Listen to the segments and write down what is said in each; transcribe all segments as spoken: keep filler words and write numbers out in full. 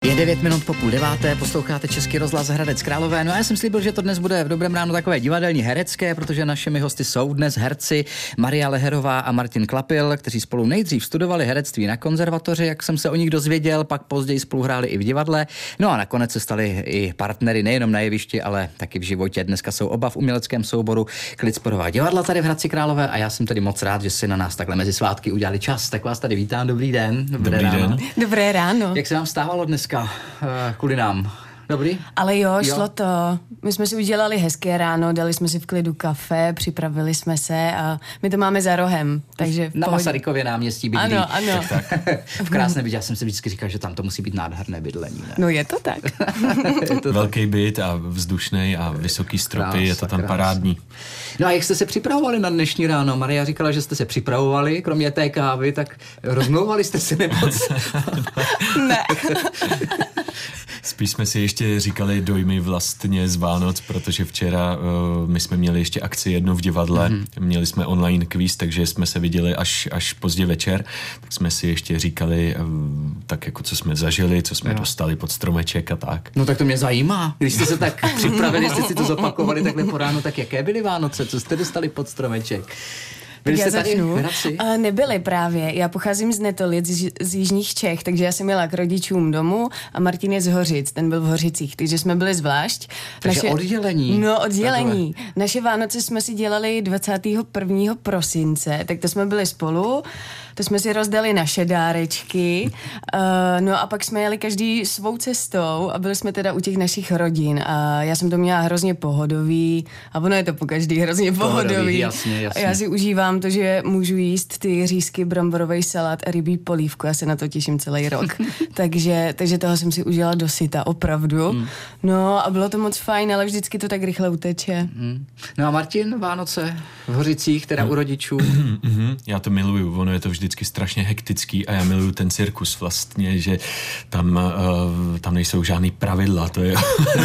Je devět minut po půl deváté, posloucháte Český rozhlas Hradec Králové. No a já jsem slíbil, že to dnes bude v Dobrém ránu takové divadelní herecké, protože našimi hosty jsou dnes herci Maria Leherová a Martin Klapil, kteří spolu nejdřív studovali herectví na konzervatoři, jak jsem se o nich dozvěděl, pak později spolu hráli i v divadle. No a nakonec se stali i partnery nejenom na jevišti, ale taky v životě. Dneska jsou oba v uměleckém souboru Klitsperová divadla tady v Hradci Králové a já jsem tedy moc rád, že si na nás takhle mezi svátky udělali čas. Tak vás tady vítám. Dobrý den. Dobré Dobrý ráno. den. Dobré ráno. Jak se vám stávalo dneska kvůli nám? Dobrý? Ale jo, jo, šlo to. My jsme si udělali hezké ráno, dali jsme si v klidu kafe, připravili jsme se a my to máme za rohem. Takže na Masarykově náměstí bydlí. Ano, ano. Tak, tak. V krásné bytě. Já jsem si vždycky říkal, že tam to musí být nádherné bydlení. Ne? No je to tak. je to Velký byt a vzdušnej a vysoký stropy, krása, je to tam krásný. Parádní. No a jak jste se připravovali na dnešní ráno? Maria říkala, že jste se připravovali, kromě té kávy, tak rozmlouvali jste se nebo? Ne. Spíš jsme si ještě říkali dojmy vlastně z Vánoc, protože včera uh, my jsme měli ještě akci jednu v divadle, mm-hmm. měli jsme online kvíz, takže jsme se viděli až, až pozdě večer, tak jsme si ještě říkali uh, tak jako co jsme zažili, co jsme jo. dostali pod stromeček a tak. No tak to mě zajímá, když jste se tak připravili, jste si to zopakovali takhle po ránu, tak jaké byly Vánoce, co jste dostali pod stromeček? Byli jste tady v Hradci? Uh, nebyli právě. Já pocházím z Netolic, z, z jižních Čech, takže já jsem jela k rodičům domů a Martin je z Hořic, ten byl v Hořicích, takže jsme byli zvlášť. Takže Naše, oddělení. No, oddělení. Takhle. Naše Vánoce jsme si dělali dvacátého prvního prosince, tak to jsme byli spolu, to jsme si rozdali naše dárečky, uh, no a pak jsme jeli každý svou cestou a byli jsme teda u těch našich rodin a já jsem to měla hrozně pohodový a ono je to po každý hrozně pohodový. pohodový jasně, jasně. A já si užívám to, že můžu jíst ty řízky, bramborový salát a rybí polívku. Já se na to těším celý rok. takže, takže toho jsem si užila dosyta, opravdu. Mm. No a bylo to moc fajn, ale vždycky to tak rychle uteče. Mm. No a Martin, Vánoce v Hořicích, teda u rodičů. Mm-hmm. Já to miluju, ono je to vždycky strašně hektický a já miluju ten cirkus vlastně, že tam, uh, tam nejsou žádný pravidla, to je,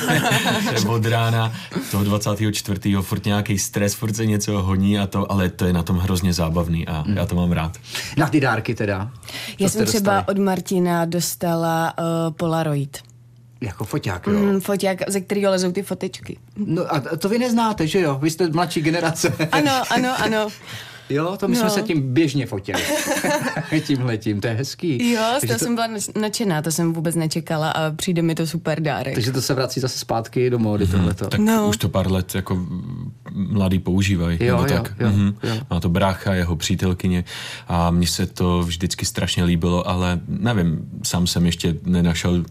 to je od rána toho dvacátého čtvrtého furt nějaký stres, furt se něco honí a to, ale to je na tom hrozně zábavný a mm. já to mám rád. Na ty dárky teda? Já jsem třeba dostali? Od Martina dostala uh, Polaroid. Jako foťák, jo? Mm, foťák, ze kterého lezou ty fotečky. No a to vy neznáte, že jo? Vy jste mladší generace. Ano, ano, ano. Jo, to my no. jsme se tím běžně fotili. Tímhletím, to je hezký. Jo, z toho to... jsem byla nadšená, to jsem vůbec nečekala a přijde mi to super dárek. Takže to se vrací zase zpátky do módy, mm, tohleto. Tak no. už to pár let jako mladý používají. Jo, jo, tak. jo, mm-hmm. jo. Má to brácha, jeho přítelkyně a mně se to vždycky strašně líbilo, ale nevím, sám jsem ještě nenašel,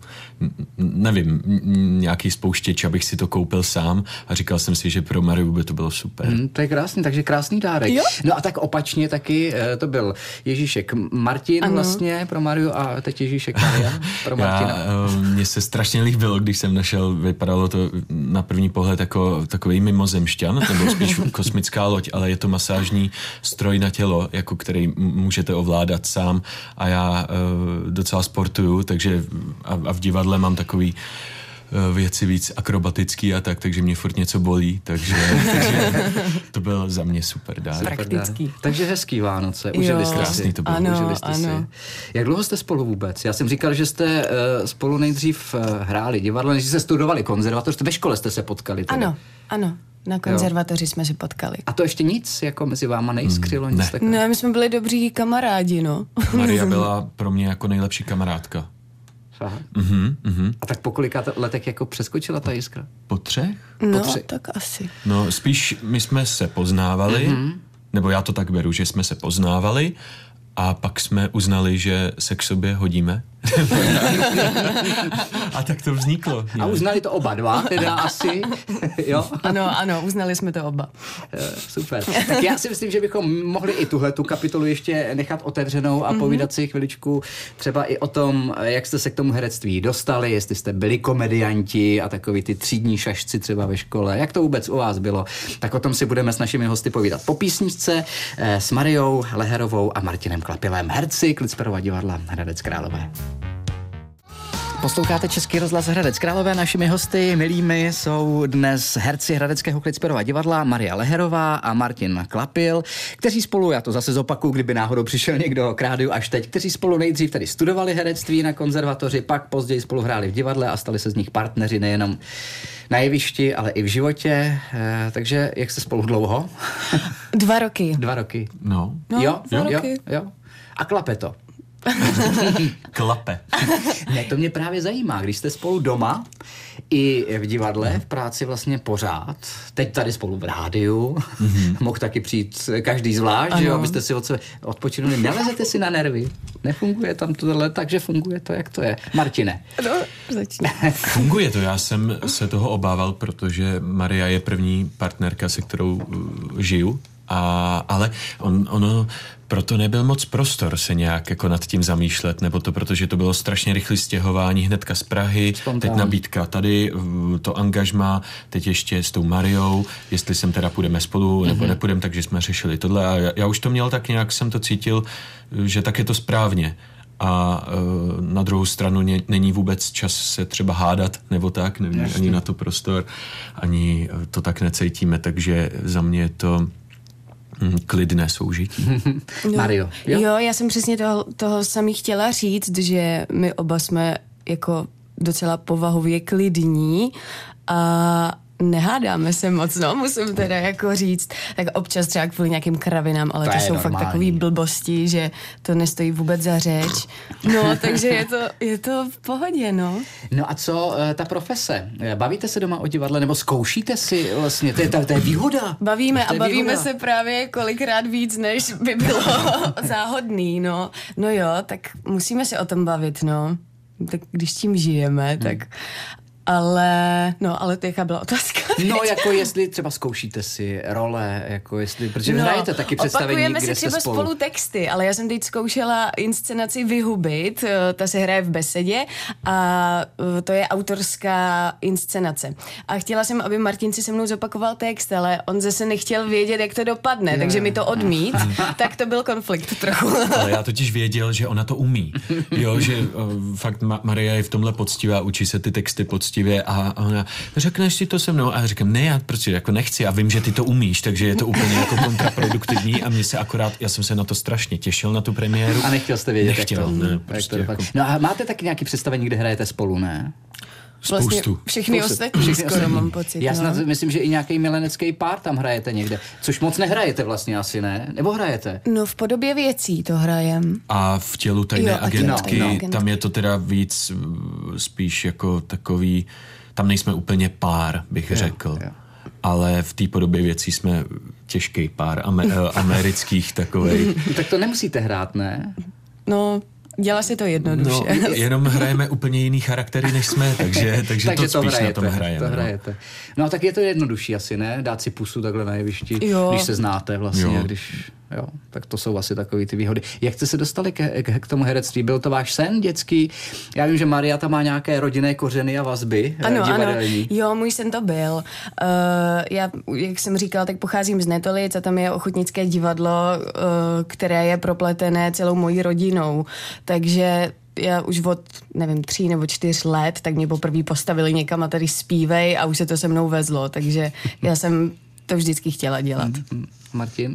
nevím, nějaký spouštěč, abych si to koupil sám a říkal jsem si, že pro Mariu by to bylo super. Mm, to je krásný, takže krásný dárek. Jo? No a tak opačně taky to byl Ježíšek Martin ano. vlastně pro Mariu a teď Ježíšek Maria pro Martina. Mně se strašně líbilo, když jsem našel, vypadalo to na první pohled jako takový mimozemšťan, to byl spíš kosmická loď, ale je to masážní stroj na tělo, jako který můžete ovládat sám a já uh, docela sportuju, takže a, a v divadle mám takový věci víc akrobatický a tak, takže mě furt něco bolí, takže, takže to byl za mě super dárek. Praktický. Takže hezký Vánoce, užili jste si. To bylo. Ano, užili jste ano. Si. Jak dlouho jste spolu vůbec? Já jsem říkal, že jste uh, spolu nejdřív uh, hráli divadlo, než jste studovali konzervatoř, ve škole jste se potkali. Teda. Ano, ano. Na konzervatoři jo. jsme se potkali. A to ještě nic, jako mezi váma nejskřilo? Hmm, nic ne. takového? Ne, my jsme byli dobří kamarádi, no. Maria byla pro mě jako nejlepší kamarádka. Mm-hmm, mm-hmm. A tak po kolika letech jako přeskočila ta jiskra? Po třech? No, po tři. tak asi. No, spíš my jsme se poznávali, mm-hmm. nebo já to tak beru, že jsme se poznávali a pak jsme uznali, že se k sobě hodíme. A tak to vzniklo. A uznali to oba dva, teda asi. Jo? Ano, ano, uznali jsme to oba. Super. Tak já si myslím, že bychom mohli i tuhle tu kapitolu ještě nechat otevřenou a mm-hmm. povídat si chviličku třeba i o tom, jak jste se k tomu herectví dostali, jestli jste byli komedianti a takový ty třídní šašci třeba ve škole. Jak to vůbec u vás bylo? Tak o tom si budeme s našimi hosty povídat po písničce s Mariou Leherovou a Martinem Klapilem, herci Klitsperova divadla Hradec Králové. Posloucháte Český rozhlas Hradec Králové. Našimi hosty, milými, jsou dnes herci Hradeckého Klitsperova divadla Maria Leherová a Martin Klapil, kteří spolu, já to zase zopakuju, kdyby náhodou přišel někdo k rádiu až teď, kteří spolu nejdřív tady studovali herectví na konzervatoři, pak později spolu hráli v divadle a stali se z nich partneři nejenom na jevišti, ale i v životě. E, takže jak jste spolu dlouho? Dva roky. Dva roky. No. no jo, dva jo, roky. jo. A klape to. Klape. Ne, to mě právě zajímá, když jste spolu doma i v divadle, v práci vlastně pořád, teď tady spolu v rádiu, mm-hmm. mohl taky přijít každý zvlášť, že jo, abyste si od sebe odpočinuli, nelezete si na nervy, nefunguje tam tohle, takže funguje to, jak to je. Martine. No, začni. Funguje to, já jsem se toho obával, protože Maria je první partnerka, se kterou uh, žiju. A, ale on, ono, proto nebyl moc prostor se nějak jako nad tím zamýšlet, nebo to, protože to bylo strašně rychlé stěhování hnedka z Prahy, spontán. Teď nabídka tady, to angažmá, teď ještě s tou Mariou, jestli sem teda půjdeme spolu, nebo mm-hmm. nepůjdeme, takže jsme řešili tohle a já, já už to měl tak nějak, jsem to cítil, že tak je to správně. A e, na druhou stranu ně, není vůbec čas se třeba hádat, nebo tak, není ani na to prostor, ani to tak necítíme, takže za mě je to klidné soužití. No, Mario. Jo? jo, já jsem přesně toho, toho samý chtěla říct, že my oba jsme jako docela povahově klidní a nehádáme se moc, no, musím teda jako říct. Tak občas třeba kvůli nějakým kravinám, ale to, to jsou normální. Fakt takový blbosti, že to nestojí vůbec za řeč. No, takže je to, je to v pohodě, no. No a co uh, ta profese? Bavíte se doma o divadle, nebo zkoušíte si vlastně, to je, to, to je výhoda. Bavíme to je a bavíme výhoda. se právě kolikrát víc, než by bylo záhodný, no. No jo, tak musíme se o tom bavit, no. Tak když tím žijeme, hmm. tak... Ale, no, ale to jaká byla otázka? No, jako jestli třeba zkoušíte si role, jako jestli, protože no, hrajete taky představení, kde si třeba jste spolu. spolu texty, ale já jsem teď zkoušela inscenaci Vyhubit, ta se hraje v besedě a to je autorská inscenace. A chtěla jsem, aby Martin si se mnou zopakoval text, ale on zase nechtěl vědět, jak to dopadne, yeah. takže mi to odmít, tak to byl konflikt trochu. Ale já totiž věděl, že ona to umí. Jo, že uh, fakt Ma- Maria je v tomhle poctivá, učí se ty texty poctivě a ona, řekneš si to se mnou? A já říkám, ne, já prostě jako nechci a vím, že ty to umíš, takže je to úplně jako kontraproduktivní a mě se akorát, já jsem se na to strašně těšil, na tu premiéru. A nechtěl jste vědět, nechtěl, jak to, ne, jak prostě to jako... No a máte taky nějaké představení, kde hrajete spolu, ne? Spoustu. Vlastně všechny Spoustu. ostatní Všechny skoro ostatní. mám pocit. Já snad no. myslím, že i nějaký milenecký pár tam hrajete někde, což moc nehrajete vlastně asi, ne? Nebo hrajete? No v podobě věcí to hrajem. A v tělu tajné jo, agentky, no, no. tam je to teda víc spíš jako takový, tam nejsme úplně pár, bych jo, řekl. Jo. Ale v té podobě věcí jsme těžký pár amer- amerických takovej. Tak to nemusíte hrát, ne? No, dělá si to jednoduše. No, jenom hrajeme úplně jiný charaktery, než jsme, takže, takže, takže to, to spíš hrajete, na tom hrajeme. To hrajete. No a tak je to jednodušší asi, ne? Dát si pusu takhle na jevišti, jo. když se znáte vlastně, jo. když... Jo, tak to jsou asi takový ty výhody. Jak jste se dostali k, k, k tomu herectví? Byl to váš sen dětský? Já vím, že Maria tam má nějaké rodinné kořeny a vazby ano, divadelní. Ano, jo, můj sen to byl. Uh, já, jak jsem říkala, tak pocházím z Netolic a tam je ochotnické divadlo, uh, které je propletené celou mojí rodinou. Takže já už od, nevím, tří nebo čtyř let, tak mě poprvé postavili někam a tady zpívej a už se to se mnou vezlo. Takže já jsem to vždycky chtěla dělat. Martin?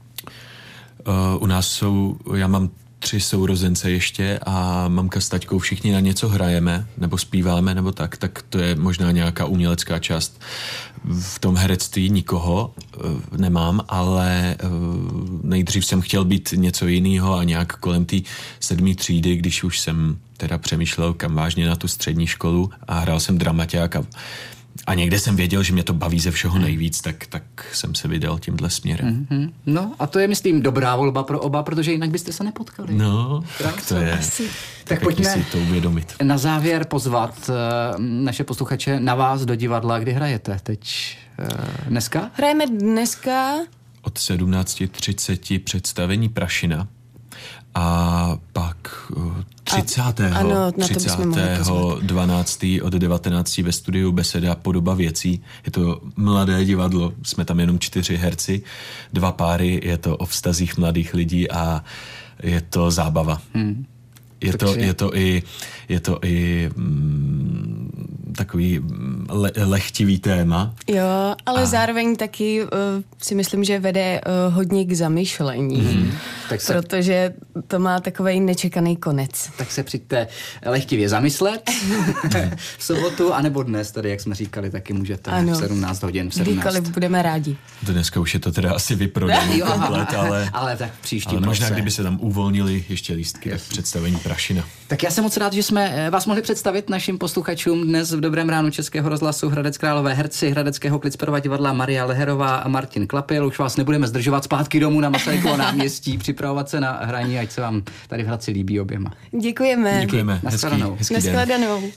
Uh, u nás jsou, já mám tři sourozence ještě a mamka s taťkou všichni na něco hrajeme, nebo zpíváme, nebo tak, tak to je možná nějaká umělecká část. V tom herectví nikoho uh, nemám, ale uh, nejdřív jsem chtěl být něco jiného a nějak kolem té sedmé třídy, když už jsem teda přemýšlel kam vážně na tu střední školu a hrál jsem dramaťák a A někde jsem věděl, že mě to baví ze všeho nejvíc, tak, tak jsem se vydal tímhle směrem. Mm-hmm. No a to je, myslím, dobrá volba pro oba, protože jinak byste se nepotkali. No, tak to je. Asi. Tak pojďme si to uvědomit. Na závěr pozvat uh, naše posluchače na vás do divadla. Kdy hrajete teď? Uh, dneska? Hrajeme dneska. Od sedmnáct třicet představení Prašina. A pak třicátého dvanáctého od devatenácti ve studiu Beseda Podoba věcí. Je to mladé divadlo, jsme tam jenom čtyři herci, dva páry, je to o vztazích mladých lidí a je to zábava. Hmm. Je to, je to i, je to i mm, takový le, lehtivý téma. Jo, ale a... zároveň taky uh, si myslím, že vede uh, hodně k zamyšlení, mm. tak se... protože to má takovej nečekaný konec. Tak se přijďte lehtivě zamyslet v sobotu, anebo dnes, tady, jak jsme říkali, taky můžete ano. v sedmnáct hodin. V sedmnáct. Kdykoliv budeme rádi. Dneska už je to teda asi vyprodaný komplet, ale, ale tak příští ale možná, kdyby se tam uvolnili ještě lístky, tak představení Prašina. Tak já jsem moc rád, že jsme vás mohli představit našim posluchačům dnes v Dobrém ránu Českého rozhlasu Hradec Králové, herci Hradeckého Klitsperova divadla Maria Leherová a Martin Klapil. Už vás nebudeme zdržovat zpátky domů na Masarykovo náměstí, připravovat se na hraní, ať se vám tady v Hradci líbí oběma. Děkujeme. Děkujeme. Nashledanou. Hezký, hezký den. Nashledanou.